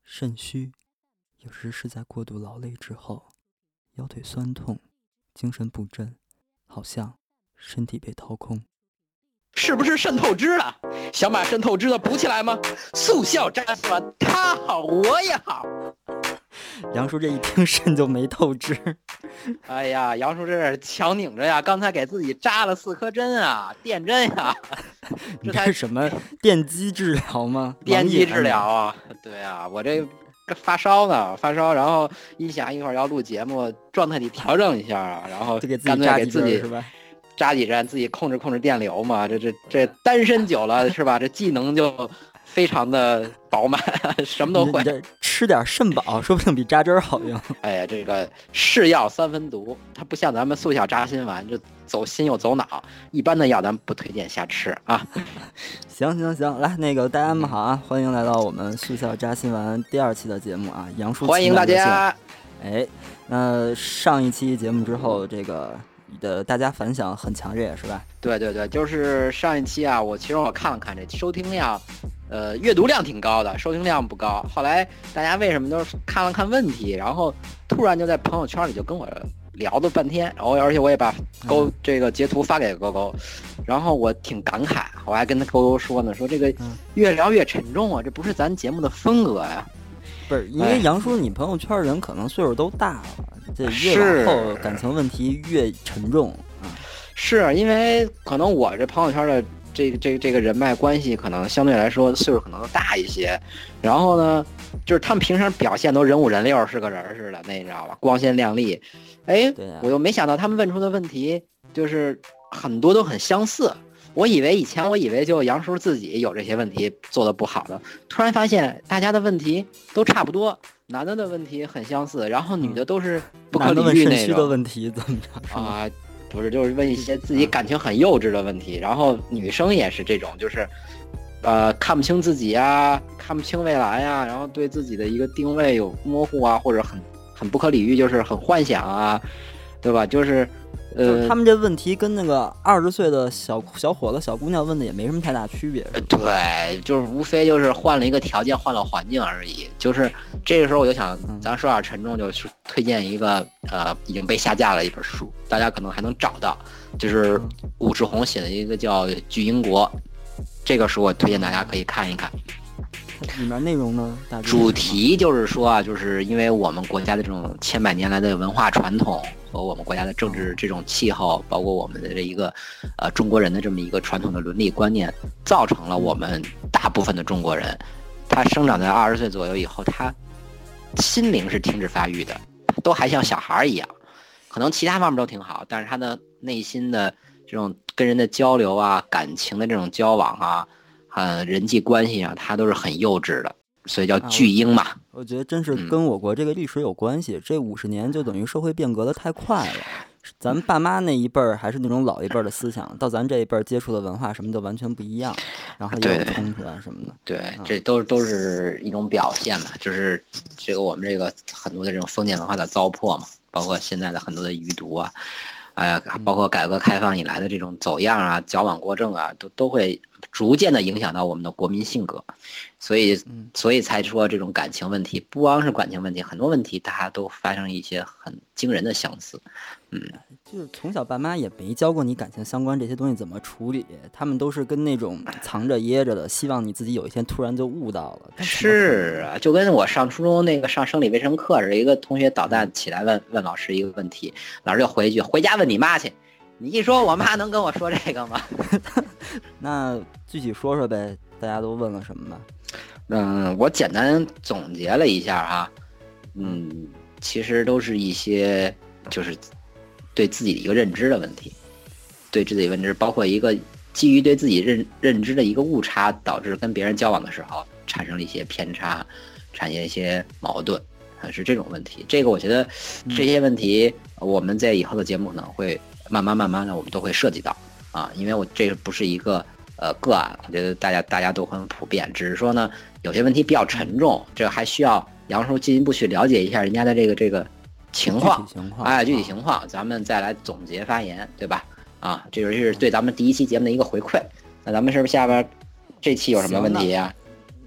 肾虚，有时是在过度劳累之后，腰腿酸痛，精神不振，好像身体被掏空。 是不是肾透支了？想把肾透支的补起来吗？速效扎心丸，他好我也好。 杨叔这一听肾就没透支。 哎呀，杨叔这是强拧着呀，刚才给自己扎了4颗针啊，电针呀。 这才是什么电击治疗吗？ 电击治疗啊，对啊，我这发烧呢，然后一想一会儿要录节目，状态得调整一下啊，然后就给自己是吧？ 扎几针，自己控制电流嘛。这单身久了是吧？这技能就非常的饱满，什么都会。 你吃点肾宝，说不定比扎针好用。 哎呀，这个是药3分毒，它不像咱们速效扎心丸，就走心又走脑。一般的药咱们不推荐瞎吃啊。 行，来，那个大家们好啊，欢迎来到我们速效扎心丸第2期的节目啊，杨叔欢迎大家。 哎，那上一期节目之后，这个大家反响很强烈是吧？ 对，就是上一期啊，其实我看了看这收听量，阅读量挺高的，收听量不高。后来大家为什么都看了看问题，然后突然就在朋友圈里就跟我聊了半天，然后而且我也把这个截图发给勾勾，然后我挺感慨，我还跟他勾勾说呢，说这个越聊越沉重啊，这不是咱节目的风格呀。 不是，因为杨叔你朋友圈人可能岁数都大了，这越往后感情问题越沉重啊。 是因为可能我这朋友圈的这个人脉关系可能相对来说岁数可能大一些，然后呢，就是他们平常表现都人五人六，是个人似的，那你知道吧？光鲜亮丽。哎，我又没想到他们问出的问题就是很多都很相似。以前我以为就杨叔自己有这些问题做的不好的，突然发现大家的问题都差不多，男的问题很相似，然后女的都是不可理喻那种的问题，怎么着啊？不是，就是问一些自己感情很幼稚的问题，然后女生也是这种，就是看不清自己啊，看不清未来啊，然后对自己的一个定位有模糊啊，或者很不可理喻，就是很幻想啊，对吧？就是他们这问题跟那个20岁的小伙子、小姑娘问的也没什么太大区别。 对，就是无非就是换了一个条件，换了环境而已。就是这个时候我就想，咱说点沉重，就是推荐一个已经被下架了一本书，大家可能还能找到，就是武志红写的一个叫《巨婴国》，这个书我推荐大家可以看一看。 里面内容呢？ 主题就是说啊，就是因为我们国家的这种千百年来的文化传统和我们国家的政治这种气候，包括我们的这一个中国人的这么一个传统的伦理观念，造成了我们大部分的中国人，他生长在20岁左右以后，他心灵是停止发育的，都还像小孩一样，可能其他方面都挺好，但是他的内心的这种跟人的交流啊，感情的这种交往啊。人际关系啊，它都是很幼稚的，所以叫巨婴嘛。 我觉得真是跟我国这个历史有关系。这50年就等于社会变革的太快了。咱们爸妈那一辈儿还是那种老一辈的思想，到咱这一辈儿接触的文化什么的完全不一样，然后也有冲突啊什么的。 对，这都是一种表现嘛，就是这个我们这个很多的这种封建文化的糟粕嘛，包括现在的很多的余毒啊。包括改革开放以来的这种走样啊、矫枉过正啊，都会逐渐的影响到我们的国民性格，所以才说这种感情问题，不光是感情问题，很多问题大家都发生一些很惊人的相似。 就是从小爸妈也没教过你感情相关这些东西怎么处理，他们都是跟那种藏着掖着的，希望你自己有一天突然就悟到了。 是啊，就跟我上初中那个上生理卫生课时，一个同学捣蛋起来问老师一个问题，老师就回一句：“回家问你妈去。”你一说，我妈能跟我说这个吗？ 那具体说说呗，大家都问了什么吧？我简单总结了一下哈，其实都是一些就是对自己的一个认知的问题，对自己认知，包括一个基于对自己认知的一个误差，导致跟别人交往的时候产生了一些偏差，产生一些矛盾，是这种问题。这个我觉得这些问题我们在以后的节目可能会慢慢的我们都会涉及到啊，因为我这不是一个个案，我觉得大家都很普遍，只是说呢有些问题比较沉重，这个还需要杨叔进一步去了解一下人家的这个情况，具体情况，咱们再来总结发言，对吧？啊，这就是对咱们第1期节目的一个回馈。那咱们是不是下边这期有什么问题啊？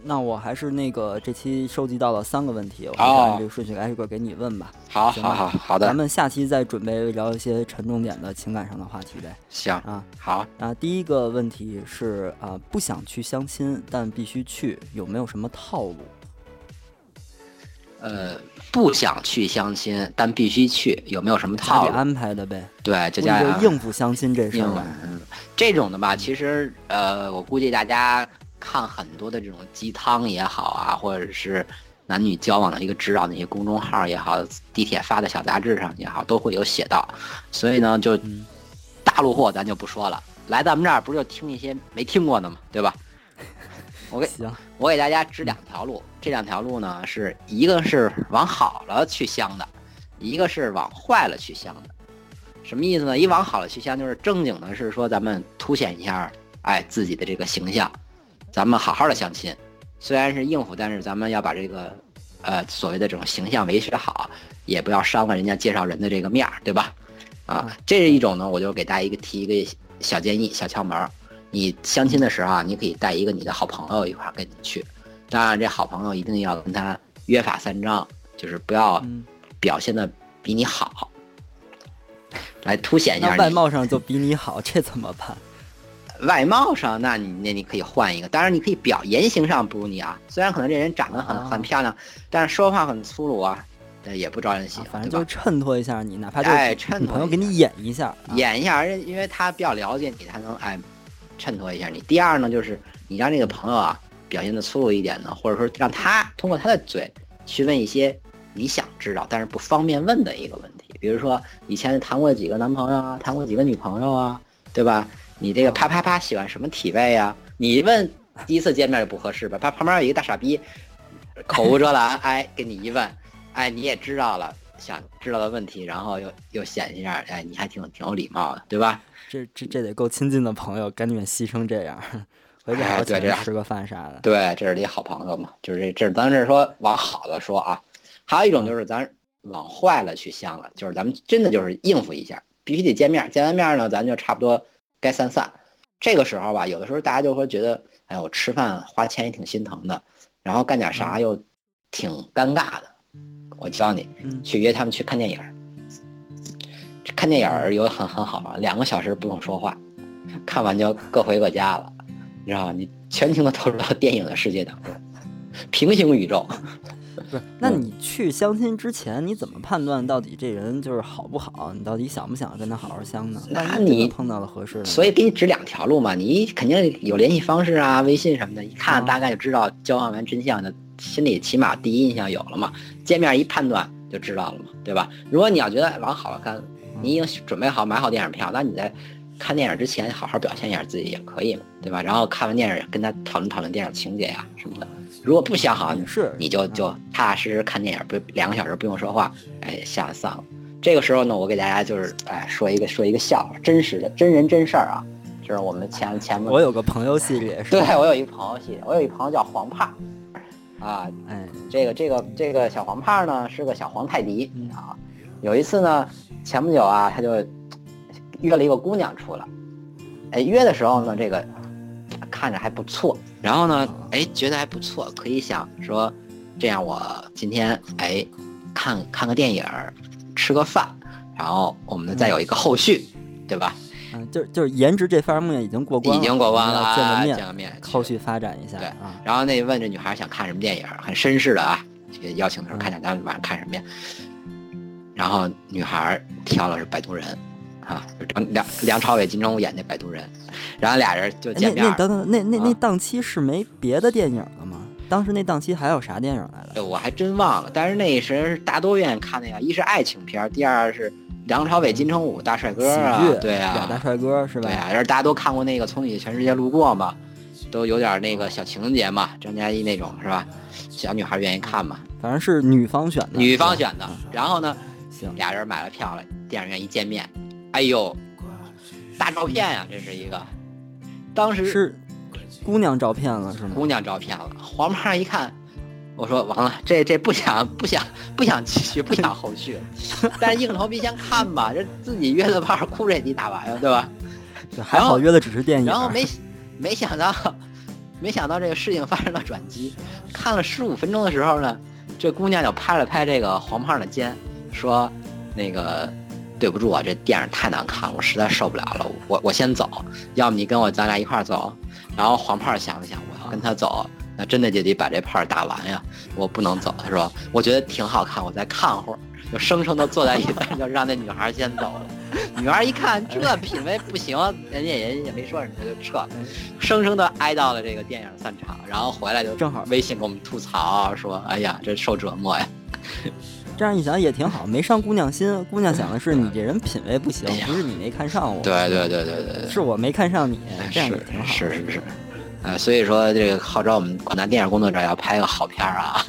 那我还是这期收集到了3个问题，我按这个顺序挨个给你问吧。 好的。 咱们下期再准备聊一些沉重点的情感上的话题呗。 行啊， 好。 第一个问题是不想去相亲，但必须去，有没有什么套路？ 不想去相亲，但必须去，有没有什么套路？ 家里安排的呗。 对， 就应付相亲这事儿吧。 这种的吧，其实我估计大家看很多的这种鸡汤也好啊，或者是男女交往的一个指导那些公众号也好，地铁发的小杂志上也好，都会有写到。所以呢，就大陆货咱就不说了，来咱们这儿不是就听一些没听过的嘛，对吧？我给大家指2条路，这2条路呢，是一个是往好了去相的，一个是往坏了去相的。什么意思呢？一往好了去相，就是正经的是说咱们凸显一下自己的这个形象，咱们好好的相亲，虽然是应付，但是咱们要把这个所谓的这种形象维持好，也不要伤了人家介绍人的这个面儿，对吧？这是一种呢，我就给大家提一个小建议、小窍门。你相亲的时候你可以带一个你的好朋友一块跟你去，当然这好朋友一定要跟他约法三章，就是不要表现的比你好，来凸显一下。 那外貌上就比你好，这怎么办？ 外貌上，那你可以换一个，当然你可以言行上不如你啊，虽然可能这人长得很漂亮，但是说话很粗鲁啊，也不招人喜欢。 反正就衬托一下你，哪怕就是女朋友给你演一下， 因为他比较了解你，他能衬托一下你。第二呢，就是你让这个朋友表现的粗鲁一点呢，或者说让他通过他的嘴去问一些你想知道但是不方便问的一个问题，比如说以前谈过几个男朋友啊，谈过几个女朋友啊，对吧？你这个啪啪啪喜欢什么体位呀？你问第一次见面就不合适吧？旁边有一个大傻逼，口无遮拦，跟你一问，你也知道了想知道的问题，然后又显一下，你还挺有礼貌的，对吧？ 这得够亲近的朋友，赶紧牺牲这样，回去好请人吃个饭啥的。 对，这是你好朋友嘛，就是咱这说往好的说啊，还有一种就是咱往坏了去相了，就是咱们真的就是应付一下，必须得见面，见完面呢，咱就差不多该散。这个时候吧，有的时候大家就会觉得，我吃饭花钱也挺心疼的，然后干点啥又挺尴尬的。我教你去约他们去看电影。看电影有很好啊，2个小时不用说话，看完就各回各家了，你知道吗？你全情的投入到电影的世界当中，平行宇宙。 不是，那你去相亲之前，你怎么判断到底这人就是好不好？你到底想不想跟他好好相呢？ 那你碰到了合适的， 所以给你指2条路嘛，你肯定有联系方式啊，微信什么的，一看大概就知道交往完真相的，心里起码第一印象有了嘛，见面一判断就知道了嘛，对吧？如果你要觉得往好了看，你已经准备好买好电影票，那你在看电影之前好好表现一下自己也可以嘛，对吧？然后看完电影跟他讨论电影情节呀什么的。如果不想好，你就踏踏实实看电影，不2个小时不用说话，下散了。这个时候呢，我给大家就是说一个笑话，真实的真人真事儿啊，就是我们前面我有个朋友系列， 对我有一个朋友系列，我有一朋友叫黄胖啊，这个小黄胖呢是个小皇太极啊。有一次呢，前不久他就约了一个姑娘出来，约的时候呢，这个看着还不错，然后呢，觉得还不错，可以想说，这样我今天看个电影，吃个饭，然后我们再有一个后续，对吧？ 就是颜值这方面已经过关了， 已经过关了， 见个面， 后续发展一下。 对，然后问这女孩想看什么电影，很绅士的邀请她说看看咱们晚上看什么呀？然后女孩挑了是摆渡人，梁朝伟、金城武演那摆渡人，然后俩人就见面。 那档期是没别的电影了吗？当时那档期还有啥电影来着？ 我还真忘了。但是那时大多愿意看那个，一是爱情片，第二是梁朝伟、金城武大帅哥啊，对啊， 俩大帅哥是吧？ 对啊，而大家都看过那个《从你全世界路过》嘛，都有点那个小情节嘛，张嘉译那种是吧？小女孩愿意看嘛， 反正是女方选的。 然后呢？俩人买了票了，电影院一见面，大照片呀，这是一个，当时是姑娘照片了是吗？ 姑娘照片了，黄胖一看，我说完了，这不想继续，不想后续，但是硬头皮先看吧，这自己约的炮，哭着也得打完呀，对吧？ 还好约的只是电影， 然后没想到没想到这个事情发生了转机。看了15分钟的时候呢，这姑娘就拍了拍这个黄胖的肩，说：“那个对不住啊，这电影太难看了，我实在受不了了，我先走，要么你跟咱俩一块儿走。”然后黄胖想了想，我要跟他走，那真的就得把这炮打完呀，我不能走。他说：“我觉得挺好看，我再看会儿。”就生生的坐在椅子上，就让那女孩先走了。女孩一看这品味不行，人也没说什么就撤了，生生的挨到了这个电影散场，然后回来就正好微信给我们吐槽说：“哎呀，这受折磨呀。” 这样一想也挺好，没伤姑娘心。姑娘想的是你这人品味不行，不是你没看上我。 对， 是我没看上你，这样也挺好。 是。所以说这个号召我们广大电影工作者要拍个好片啊。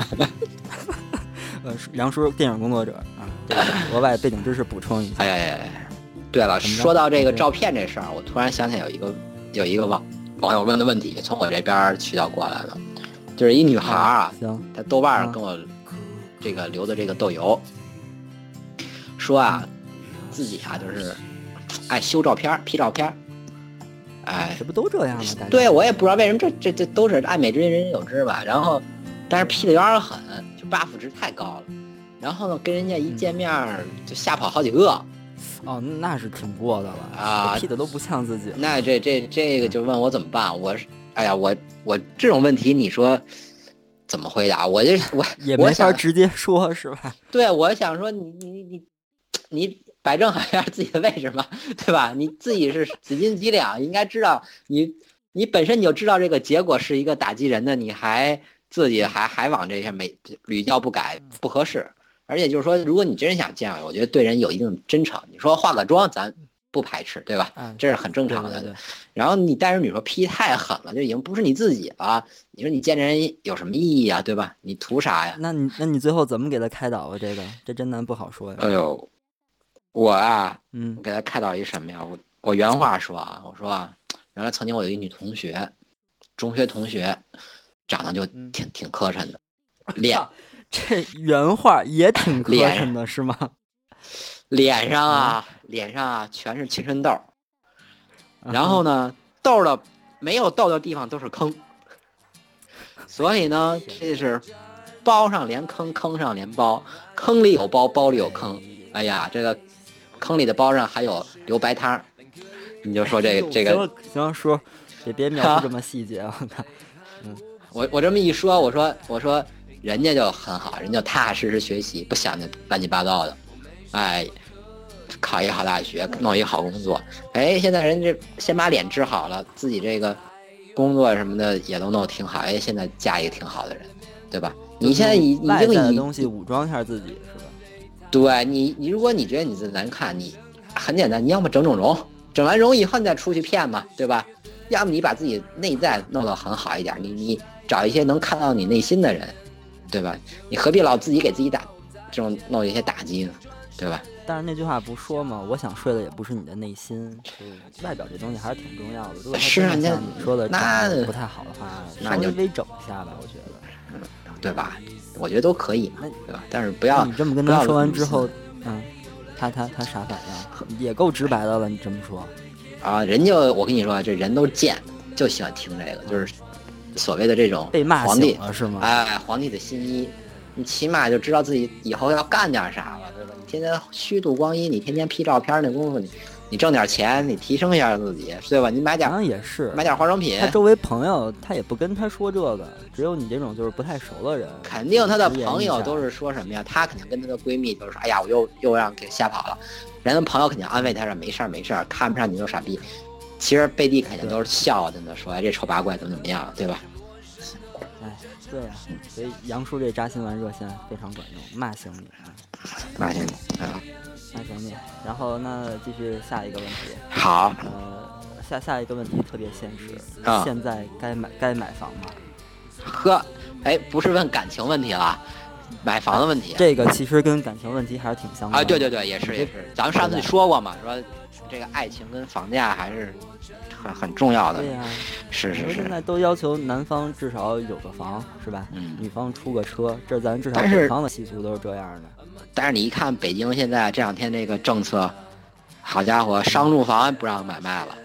梁叔电影工作者啊，这个额外背景知识补充一下。 哎呀，对了，说到这个照片这事儿，我突然想起来有一个网友问的问题，从我这边渠道过来的，就是一女孩啊，她豆瓣上跟我这个留的这个豆油，说啊，自己啊就是爱修照片、P 照片，哎， 这不都这样吗？ 对，我也不知道为什么这都是爱美之心人人有之吧。然后，但是 P 的有点狠，就 buff 值太高了。然后呢，跟人家一见面就吓跑好几个。 哦，那是挺过的了啊 ，P 的都不像自己。 那这个就问我怎么办？我这种问题你说怎么回答？我也没法直接说，是吧？ 对，我想说你摆正好一下自己的位置嘛，对吧？你自己是几斤几两，应该知道你本身你就知道这个结果是一个打击人的，你还自己还往这些屡教不改，不合适。而且就是说，如果你真想见我，我觉得对人有一定真诚。你说化个妆，咱不排斥，对吧？这是很正常的。 对。 然后你带着女说 P 太狠了，就已经不是你自己了。你说你见人有什么意义啊，对吧？你图啥呀？ 那你最后怎么给他开导啊？这真难不好说呀。 哎呦，我啊，我给他开导一什么呀？我原话说啊，我说啊，原来曾经我有一女同学，中学同学，长得就挺磕碜的，脸。 这原话也挺磕碜的是吗？ 脸上啊全是青春痘，然后呢痘的没有痘的地方都是坑，所以呢这是包上连坑，坑上连包，坑里有包，包里有坑。哎呀，这个坑里的包上还有流白汤，你就说这个行说，别描述这么细节啊！ 我这么一说，我说。人家就很好，人家就踏踏实实学习，不想那乱七八糟的，哎，考一个好大学，弄一个好工作，哎，现在人家先把脸治好了，自己这个工作什么的也都弄挺好，哎，现在嫁一个挺好的人，对吧？你现在已经以东西武装一下自己是吧？ 对你如果你觉得你自己难看，你很简单，你要么整容，整完容以后你再出去骗嘛，对吧？要么你把自己内在弄得很好一点，你找一些能看到你内心的人。对吧？你何必老自己给自己这种弄一些打击呢？对吧？ 但是那句话不说嘛，我想睡的也不是你的内心，外表这东西还是挺重要的。如果是啊， 像你说的那不太好的话， 那就微整一下吧，我觉得， 对吧？我觉得都可以嘛，对吧？但是不要你这么跟他说完之后，他啥反应？也够直白的了，你这么说啊？我跟你说，这人都贱，就喜欢听这个，就是所谓的这种被骂皇帝了是吗？ 哎，皇帝的新衣，你起码就知道自己以后要干点啥了，对吧？你天天虚度光阴，你天天 P 照片那功夫，你挣点钱，你提升一下自己，对吧？你买点化妆品。 他周围朋友他也不跟他说这个，只有你这种就是不太熟的人。 肯定他的朋友都是说什么呀？他肯定跟他的闺蜜都是说，哎呀，我又让给吓跑了。人的朋友肯定安慰他说没事儿，看不上你就傻逼。其实背地肯定都是笑着的说，哎，这丑八怪怎么样，对吧？ 哎，对呀，所以杨叔这扎心丸热线非常管用，骂醒你啊， 骂醒你啊， 骂醒你。然后那继续下一个问题。 好， 下一个问题特别现实，现在该买房吗？ 呵，哎，不是问感情问题了，买房的问题。 这个其实跟感情问题还是挺相关的。 啊，对，也是，咱们上次说过嘛，说这个爱情跟房价还是很重要的。 对呀， 是。 现在都要求男方至少有个房，是吧？女方出个车，这咱至少北方的习俗都是这样的。 但是你一看北京现在这两天这个政策，好家伙，商住房不让买卖了，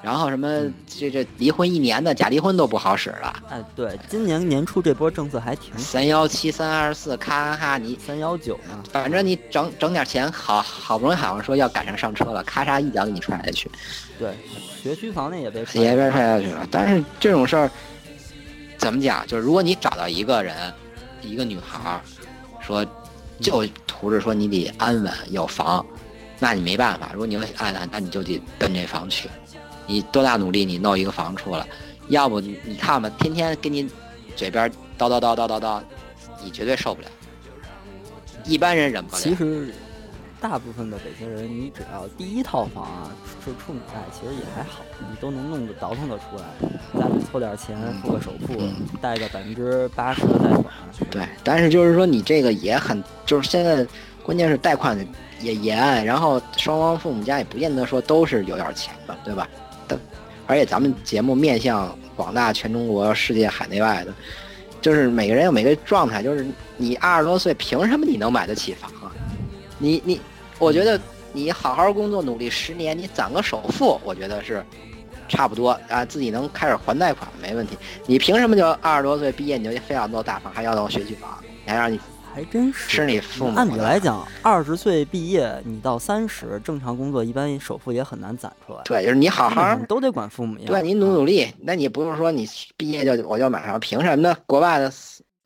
然后什么这离婚1年的假离婚都不好使了。 哎，对，今年年初这波政策还挺 317、324，咔咔你 319呢， 反正你整点钱，好不容易好像说要赶上车了，咔嚓一脚给你踹下去。 对，学区房那也被踹下去了。但是这种事儿怎么讲？就是如果你找到一个人，一个女孩，说就图着说你得安稳有房，那你没办法。如果你要安稳，那你就得奔这房去。你多大努力，你弄一个房出来，要不你看吧，天天给你嘴边叨，你绝对受不了。一般人忍不了。 其实，大部分的北京人，你只要第一套房啊是处女贷，其实也还好，你都能弄得倒腾得出来。家里凑点钱，付个首付，贷个80%的贷款。 对，但是就是说你这个也很，就是现在关键是贷款也严，然后双方父母家也不见得说都是有点钱的，对吧？而且咱们节目面向广大全中国、世界海内外的，就是每个人有每个状态，就是你20多岁，凭什么你能买得起房啊？我觉得你好好工作，努力10年，你攒个首付，我觉得是差不多啊，自己能开始还贷款没问题。你凭什么就20多岁毕业你就非要弄大房，还要弄学区房，你还让你？ 还真是， 是你父母。 按理来讲，20岁毕业，你到30正常工作，一般首付也很难攒出来。 对，就是你好好都得管父母要。 对，你努力，那你不是说你毕业我就买房，凭什么呢？国外的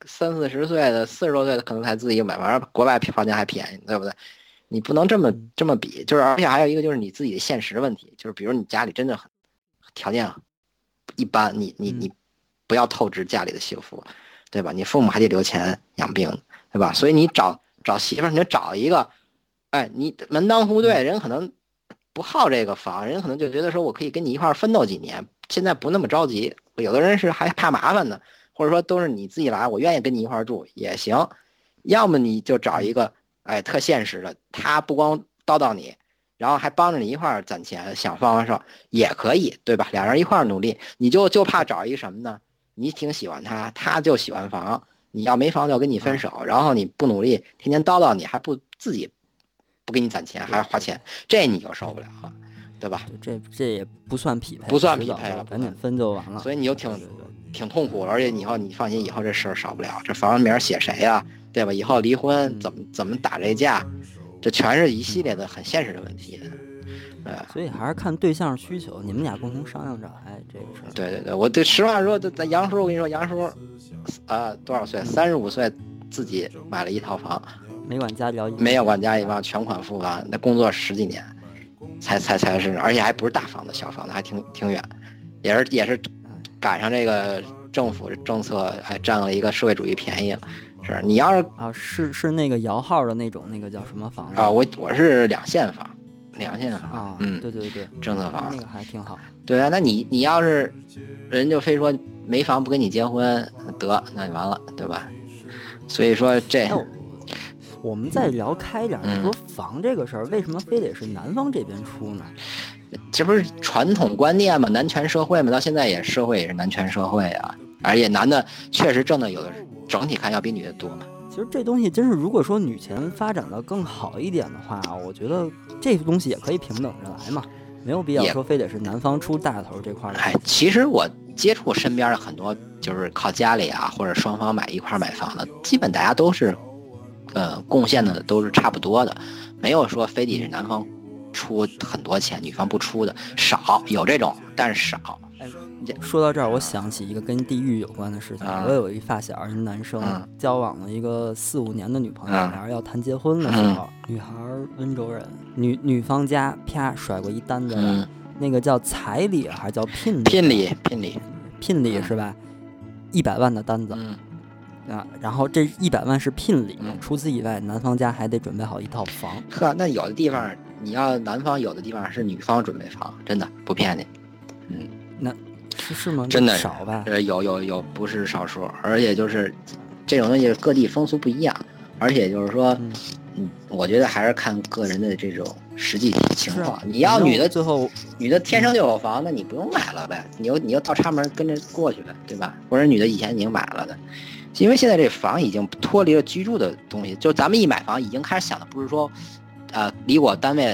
30、40岁的、40多岁的可能才自己买房，国外房价还便宜，对不对？你不能这么比，就是而且还有一个就是你自己的现实问题，就是比如你家里真的很条件一般，你不要透支家里的幸福，对吧？你父母还得留钱养病。对吧？所以你找媳妇儿，你就找一个，哎，你门当户对，人可能不好这个房，人可能就觉得说我可以跟你一块儿奋斗几年，现在不那么着急。有的人是还怕麻烦呢，或者说都是你自己来，我愿意跟你一块儿住也行。要么你就找一个，哎，特现实的，他不光叨叨你，然后还帮着你一块儿攒钱，想方法也可以，对吧？俩人一块儿努力，你就怕找一个什么呢？你挺喜欢他，他就喜欢房。你要没房就跟你分手，然后你不努力，天天叨叨你，还不自己不给你攒钱，还花钱，这你就受不了了，对吧？ 这也不算匹配， 不算匹配了， 赶紧分就完了。 所以你就挺痛苦，而且以后你放心，以后这事儿少不了。这房名写谁呀？对吧？以后离婚怎么打这架，这全是一系列的很现实的问题。 所以还是看对象需求，你们俩共同商量着。哎，这个事儿。 对，我对实话说，咱杨叔，我跟你说，杨叔，多少岁？35岁，自己买了一套房， 没管家里要， 没有管家里帮，全款付完，那工作10几年，才是，而且还不是大房子，小房子还挺远，也是赶上这个政府政策，还占了一个社会主义便宜了。是你要是是那个摇号的那种，那个叫什么房子啊？我是2线房。 啊，对， 政策房那个还挺好。 对啊，那你要是人就非说没房不跟你结婚得，那就完了，对吧？所以说这， 我们再聊开点，你说房这个事儿，为什么非得是男方这边出呢？ 这不是传统观念嘛，男权社会嘛，到现在社会也是男权社会啊，而且男的确实挣的有的整体看要比女的多嘛。 其实这东西真是，如果说女权发展的更好一点的话，我觉得这个东西也可以平等着来嘛，没有必要说非得是男方出大头这块的。 其实我接触身边的很多就是靠家里啊，或者双方一块买房的，基本大家都是，贡献的都是差不多的，没有说非得是男方出很多钱，女方不出的，少有这种，但是少。 说到这儿，我想起一个跟地域有关的事情。我有一发小，一男生交往了一个4、5年的女朋友，俩人要谈结婚的时候，女孩温州人，女方家啪甩过一单子来，那个叫彩礼还是叫聘礼？聘礼是吧？100万的单子。然后这100万是聘礼，除此以外，男方家还得准备好一套房。 呵，那有的地方你要男方，有的地方是女方准备房，真的不骗你。 那是吗？ 真的少吧？ 有，不是少数，而且就是这种东西各地风俗不一样，而且就是说，我觉得还是看个人的这种实际情况。你要女的最后女的天生就有房，那你不用买了呗，你又倒插门跟着过去呗，对吧？或者女的以前已经买了的，因为现在这房已经脱离了居住的东西，就咱们一买房已经开始想的不是说，离我单位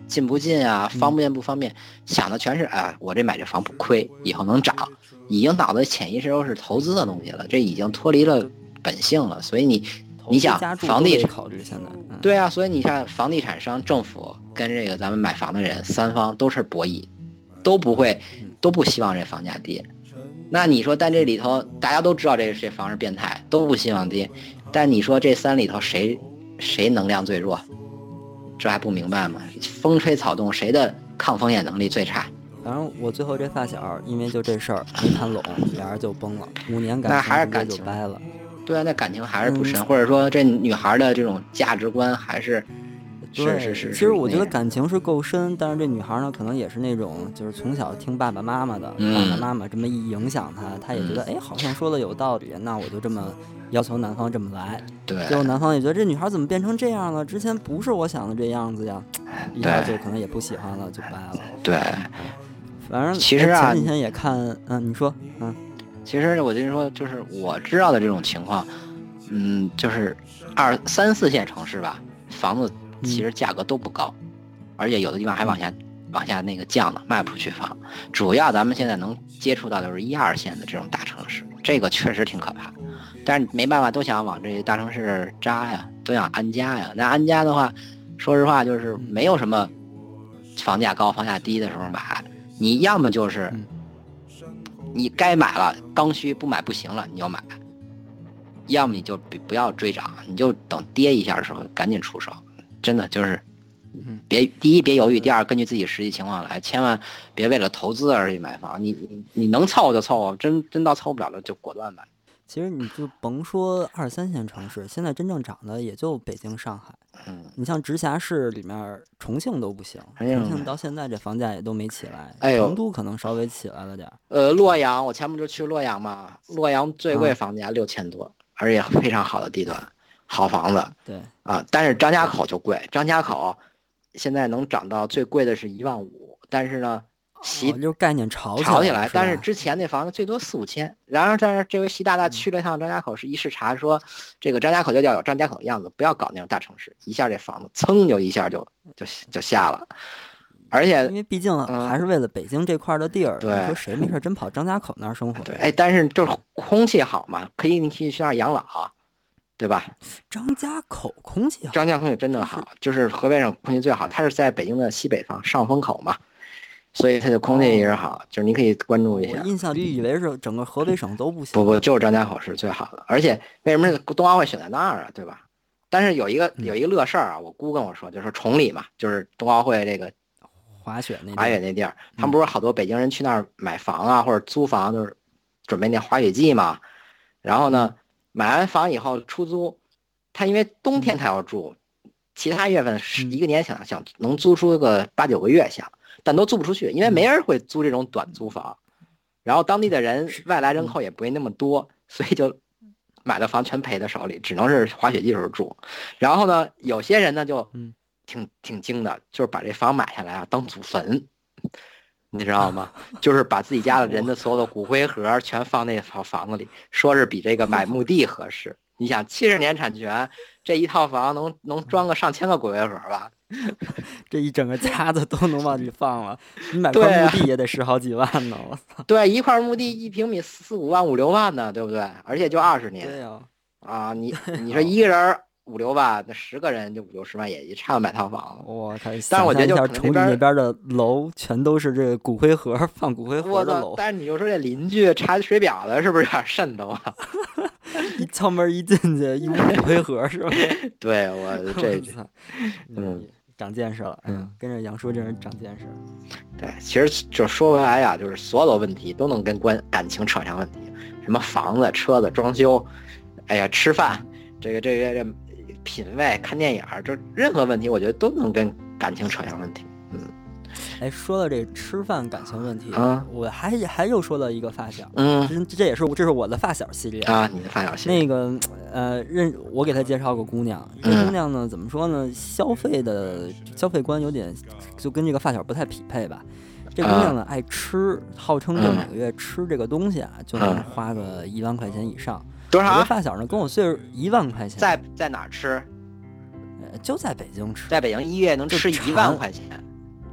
近不近啊，方便不方便，想的全是我这买这房不亏，以后能涨，已经脑子潜意识都是投资的东西了，这已经脱离了本性了。所以你想房地产考虑现在， 对啊，所以你看房地产商、政府跟这个咱们买房的人三方都是博弈，都不希望这房价跌。那你说，但这里头大家都知道这房是变态，都不希望跌，但你说这三里头谁能量最弱？这还不明白吗？风吹草动，谁的抗风险能力最差？ 反正我最后这发小，因为就这事儿没谈拢，俩人就崩了，5年感情那还是感情就掰了。 对啊，那感情还是不深，或者说这女孩的这种价值观还是。 对， 是。 其实我觉得感情是够深，但是这女孩呢，可能也是那种就是从小听爸爸妈妈的，爸爸妈妈这么一影响她也觉得好像说的有道理，那我就这么要求男方这么来。 对， 结果男方也觉得这女孩怎么变成这样了？之前不是我想的这样子呀，一下就可能也不喜欢了，就掰了。 对， 反正其实啊， 前几天也看，你说， 其实我跟你说，就是我知道的这种情况，就是2、3、4线城市吧，房子。其实价格都不高，而且有的地方还往下那个降呢，卖不出去房。主要咱们现在能接触到的是1、2线的这种大城市，这个确实挺可怕。但是没办法，都想往这些大城市扎呀，都想安家呀。那安家的话，说实话就是没有什么房价高、房价低的时候买，你要么就是你该买了，刚需不买不行了，你就买；要么你就不要追涨，你就等跌一下的时候赶紧出手。真的就是，第一别犹豫，第二根据自己实际情况来，千万别为了投资而去买房。你能凑就凑，真到凑不了了就果断买。 其实你就甭说2、3线城市，现在真正涨的也就北京、上海。你像直辖市里面，重庆都不行，重庆到现在这房价也都没起来。成都可能稍微起来了点。 洛阳，我前不就去洛阳嘛？洛阳最贵房价6000多，而且非常好的地段。好房子， 对啊，但是张家口就贵，张家口现在能涨到最贵的是15000，但是呢， 就概念炒起来，但是之前那房子最多4、5千，然而但是这位习大大去了一趟张家口，是一视察说，这个张家口就要有张家口的样子，不要搞那种大城市，一下这房子噌就一下就下了，而且因为毕竟还是为了北京这块的地儿， 对， 你说谁没事真跑张家口那儿生活？ 对，但是就是空气好嘛，你可以去那儿养老。对吧？ 张家口空气好， 张家口空气真的好，就是河北省空气最好。它是在北京的西北方上风口嘛，所以它的空气也是好。就是你可以关注一下。 我印象里以为是整个河北省都不行。 不，就是张家口是最好的。而且为什么冬奥会选在那儿啊？对吧？但是有一个乐事儿啊，我姑跟我说，就是崇礼嘛，就是冬奥会这个滑雪那地儿，他们不是好多北京人去那儿买房啊，或者租房，就是准备那滑雪季嘛。然后呢？买完房以后出租，他因为冬天他要住，其他月份一个年想能租出个8、9个月想，但都租不出去，因为没人会租这种短租房，然后当地的人外来人口也不会那么多，所以就买的房全赔在手里，只能是滑雪季时候住。然后呢，有些人呢就挺精的，就是把这房买下来啊当祖坟。你知道吗？就是把自己家的人的所有的骨灰盒全放那套房子里，说是比这个买墓地合适。你想70年产权，这一套房能装个上千个骨灰盒吧？ 这一整个家子都能往里放了。你买块墓地也得10好几万呢，我操！ 对，一块墓地1平米4、5万、5、6万呢，对不对？而且就20年。 对呀。 你说一个人5、6万，那10个人就50、60万，也差不多买套房了。 我靠！ 但是我觉得就崇礼那边的楼全都是这个骨灰盒，放骨灰盒的楼。 但是你就说这邻居查水表的，是不是有点瘆得慌？ 一敲门一进去，一屋骨灰盒是吧？ 对，我这长见识了，跟着杨叔这人长见识。 对，其实就说回来呀，就是所有的问题都能跟感情扯上问题，什么房子、车子、装修，哎呀，吃饭，这品味、看电影，这任何问题，我觉得都能跟感情扯上问题。 说到这吃饭感情问题，我还又说到一个发小，这是我的发小系列啊，你的发小系列。 那个我给他介绍个姑娘，这姑娘呢怎么说呢？消费观有点就跟这个发小不太匹配吧。这姑娘呢爱吃，号称就每个月吃这个东西啊，就能花个1万块钱以上。 多少？ 我的发小呢跟我岁数1万块钱。 在哪儿吃？ 就在北京吃。 在北京1月能吃1万块钱。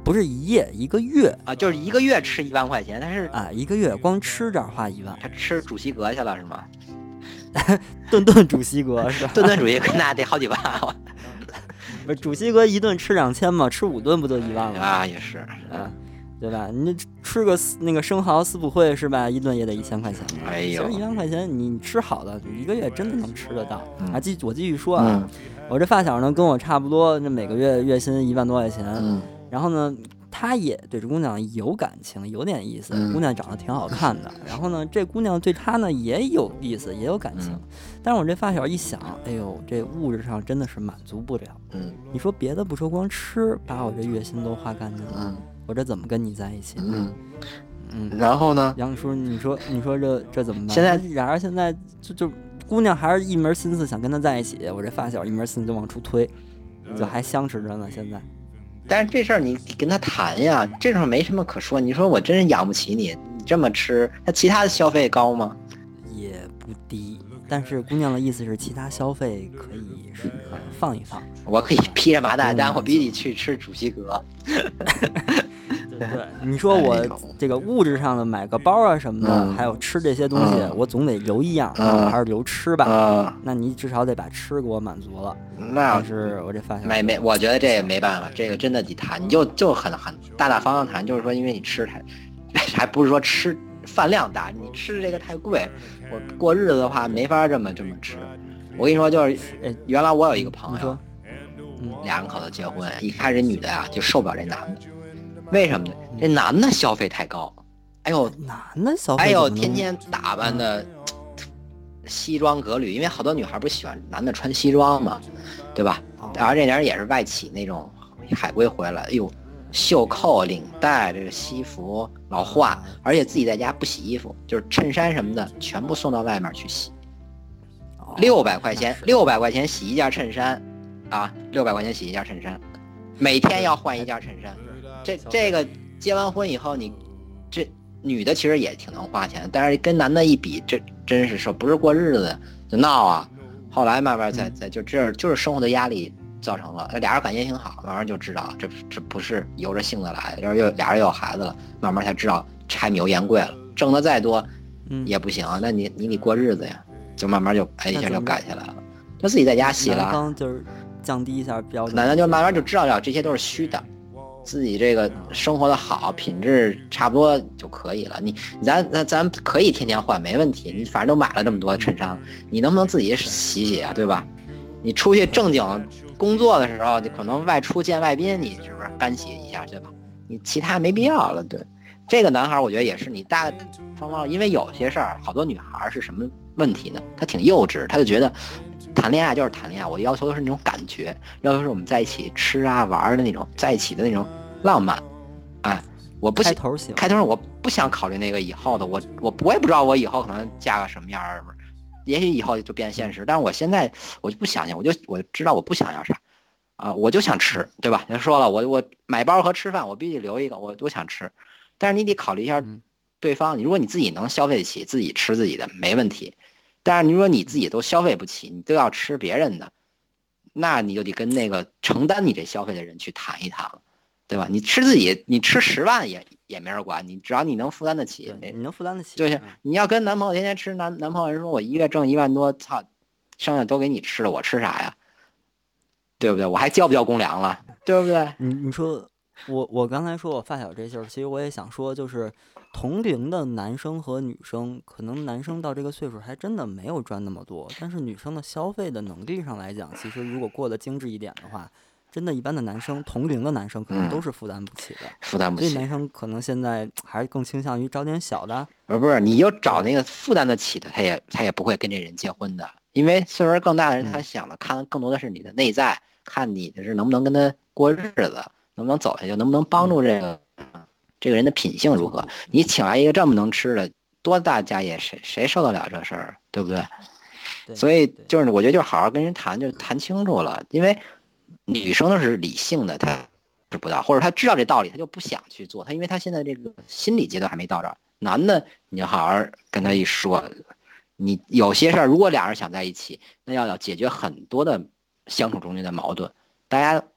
不是一夜一个月啊，就是一个月吃1万块钱，但是啊，一个月光吃这儿花1万， 他吃主席阁去了是吗？ 顿顿主席阁是吧？ 顿顿主席阁那得好几万不是主席阁一顿吃2000嘛，吃5顿不就1万了啊？也是， 对吧？你吃个那个生蚝四不会是吧？一顿也得1000块钱。 哎呦， 其实1万块钱你吃好的，你一个月真的能吃得到。我继续说啊，我这发小呢跟我差不多，那每个月月薪1万多块钱。然后呢，他也对这姑娘有感情，有点意思。姑娘长得挺好看的。然后呢，这姑娘对他呢也有意思，也有感情。但是我这发小一想，哎呦，这物质上真的是满足不了。你说别的不说，光吃把我这月薪都花干净了。我这怎么跟你在一起？ 然后呢？ 杨叔，你说这怎么办？ 现在俩人现在就姑娘还是一门心思想跟他在一起，我这发小一门心思就往出推，就还相持着呢。现在， 但是这事儿你跟他谈呀，这种没什么可说。你说我真是养不起你，你这么吃，那其他的消费高吗？ 也不低。但是姑娘的意思是，其他消费可以是放一放。 我可以披着麻袋，但我必须去吃主席阁。 对，你说我这个物质上的买个包啊什么的，还有吃这些东西，我总得留一样，还是留吃吧。那你至少得把吃给我满足了。但是我这发现没，我觉得这也没办法，这个真的得谈，你就很大方向谈，就是说因为你吃还不是说吃饭量大，你吃这个太贵，我过日子的话没法这么吃。我跟你说，就是原来我有一个朋友，俩人口子结婚，一开始女的呀就受不了这男的。为什么呢？这男的消费太高，哎呦， 男的消费， 哎呦，天天打扮的西装革履，因为好多女孩不喜欢男的穿西装嘛，对吧？然后这人也是外企那种海归回来，哎呦，袖扣、领带，这个西服老换，而且自己在家不洗衣服，就是衬衫什么的全部送到外面去洗。600块钱洗一件衬衫，啊，600块钱洗一件衬衫，每天要换一件衬衫。这个结完婚以后，你这女的其实也挺能花钱，但是跟男的一比，这真是说不是过日子就闹啊。后来慢慢就是生活的压力造成了，俩人感情挺好，慢慢就知道这不是由着性子来的，俩人又有孩子了，慢慢才知道柴米油盐贵了，挣的再多也不行，那你得过日子呀，就慢慢就一下就改起来了，就自己在家洗了。 男方就是降低一下标准， 男的就慢慢就知道这些都是虚的。自己这个生活的好，品质差不多就可以了。咱可以天天换，没问题。你反正都买了这么多衬衫，你能不能自己洗洗啊？对吧？你出去正经工作的时候，你可能外出见外宾，你是不是干洗一下，对吧？你其他没必要了。对，这个男孩我觉得也是你大双方，因为有些事儿，好多女孩是什么问题呢？她挺幼稚，她就觉得谈恋爱就是谈恋爱，我要求的是那种感觉，要求是我们在一起吃啊玩的那种，在一起的那种浪漫。哎，我不开头行， 开头我不想考虑那个以后的，我也不知道我以后可能嫁个什么样儿，也许以后就变现实，但是我现在我就不想想，我知道我不想要啥啊，我就想吃，对吧？人说了，我买包和吃饭我必须留一个，我想吃，但是你得考虑一下对方，如果你自己能消费得起，自己吃自己的没问题。但是你说你自己都消费不起，你都要吃别人的，那你就得跟那个承担你这消费的人去谈一谈了，对吧？你吃自己，你吃10万也没人管你，只要你能负担得起， 你能负担得起。 就是你要跟男朋友天天吃，男朋友人说我一月挣1万多，操，剩下都给你吃了，我吃啥呀？对不对？我还交不交公粮了？对不对？ 你说我刚才说我发小这事儿，其实我也想说，就是同龄的男生和女生，可能男生到这个岁数还真的没有赚那么多，但是女生的消费的能力上来讲，其实如果过得精致一点的话，真的一般的男生，同龄的男生可能都是负担不起的， 负担不起。 所以男生可能现在还是更倾向于找点小的。 不是，你就找那个负担得起的，他也不会跟这人结婚的，因为岁数更大的人，他想的看更多的是你的内在，看你的是能不能跟他过日子，能不能走下去，能不能帮助这个人的品性如何。你请来一个这么能吃的，多大家业，谁受得了这事儿，对不对？所以就是我觉得就好好跟人谈，就谈清楚了，因为女生都是理性的，她知不到，或者她知道这道理，她就不想去做，她因为她现在这个心理阶段还没到这儿。男的你就好好跟他一说，你有些事儿如果俩人想在一起，那要解决很多的相处中间的矛盾，大家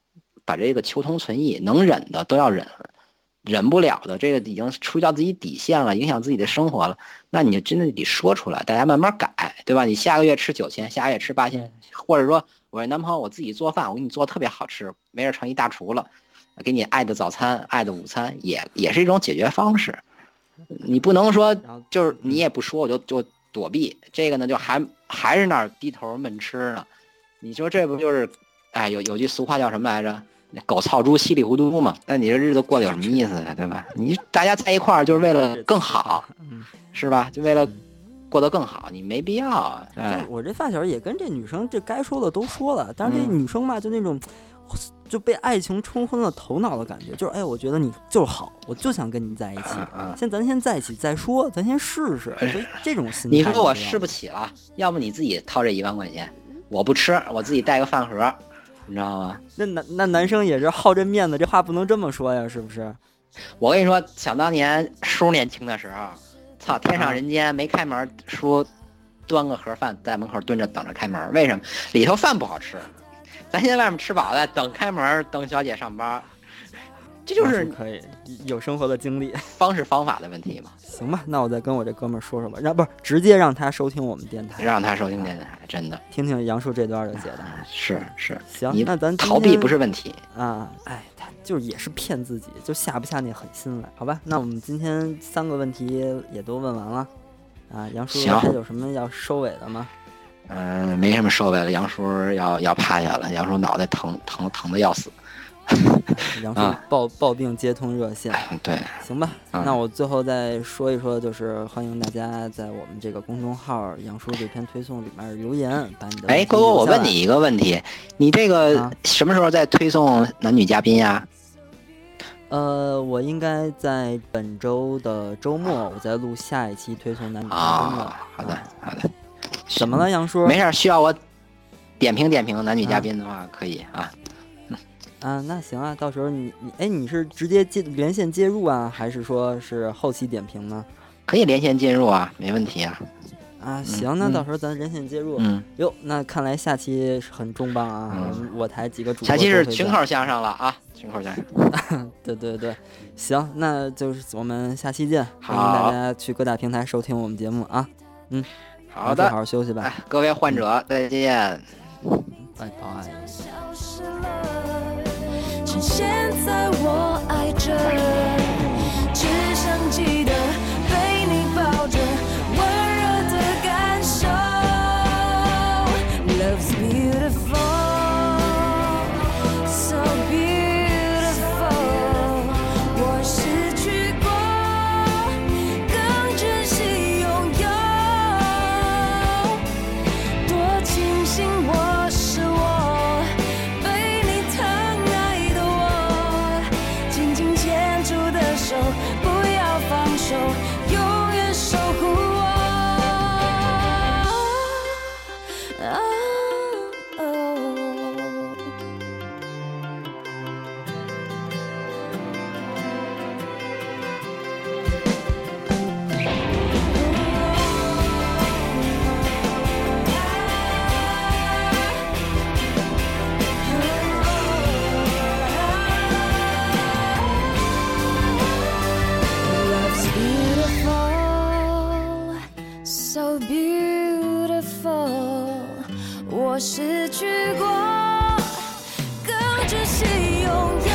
把这个求同存异，能忍的都要忍，忍不了的这个已经触及到自己底线了，影响自己的生活了，那你就真的得说出来，大家慢慢改，对吧？你下个月吃9000，下个月吃8000，或者说我男朋友我自己做饭，我给你做特别好吃，没事成一大厨了，给你爱的早餐、爱的午餐，也是一种解决方式。你不能说就是你也不说，我就躲避，这个呢就还是那儿低头闷吃呢。你说这不就是，哎，有句俗话叫什么来着？狗操猪稀里糊涂嘛。那你这日子过得有什么意思啊？对吧？你大家在一块儿就是为了更好，是吧？就为了过得更好，你没必要啊。哎， 我这发小也跟这女生这该说的都说了，但是这女生吧，就那种。就被爱情冲昏了头脑的感觉，就是哎，我觉得你就是好，我就想跟你在一起。咱先在一起再说，咱先试试。所以这种心态， 你说我吃不起了，要不你自己掏这1万块钱，我不吃，我自己带个饭盒，你知道吗？ 那男生也是好这面子，这话不能这么说呀，是不是？ 我跟你说，想当年叔年轻的时候，操，天上人间没开门，叔端个盒饭在门口蹲着等着开门，为什么？里头饭不好吃。咱现在外面吃饱了，等开门，等小姐上班，这就是可以有生活的经历， 方式方法的问题嘛。 行吧，那我再跟我这哥们儿说说吧，不是直接让他收听我们电台， 让他收听电台，真的听听杨叔这段的解答。 是， 行，那咱逃避不是问题啊。哎，他就是也是骗自己，就下不下那狠心来，好吧？那我们今天3个问题也都问完了啊。杨叔还有什么要收尾的吗？ 没什么收尾了。杨叔要趴下了，杨叔脑袋疼的要死。 杨叔抱病接通热线， 对， 行吧。那我最后再说一说，就是欢迎大家在我们这个公众号杨叔这篇推送里面留言，把你的哥，我问你一个问题，你这个什么时候在推送男女嘉宾呀？ 我应该在本周的周末，我再录下一期推送男女嘉宾了。 好的。 怎么了，杨叔？ 没事，需要我点评男女嘉宾的话，可以啊。 那行啊，到时候你是直接连线接入啊，还是说是后期点评呢？ 可以连线接入啊，没问题啊。 行，那到时候咱连线接入。哟，那看来下期很重磅啊！我台几个主播， 下期是群口相声了啊，群口相声。 对，行，那就是我们下期见，欢迎大家去各大平台收听我们节目啊。 好的， 好好休息吧， 各位患者，再见， 拜拜。 趁现在我爱着，只想记得被你抱着，温热的感受。Love's beautiful, so beautiful。我失去过，更珍惜拥有。多庆幸我是我，被你疼爱的我，紧紧牵住的手，不要放手，永远守护我。So beautiful， 我失去过，更珍惜拥有。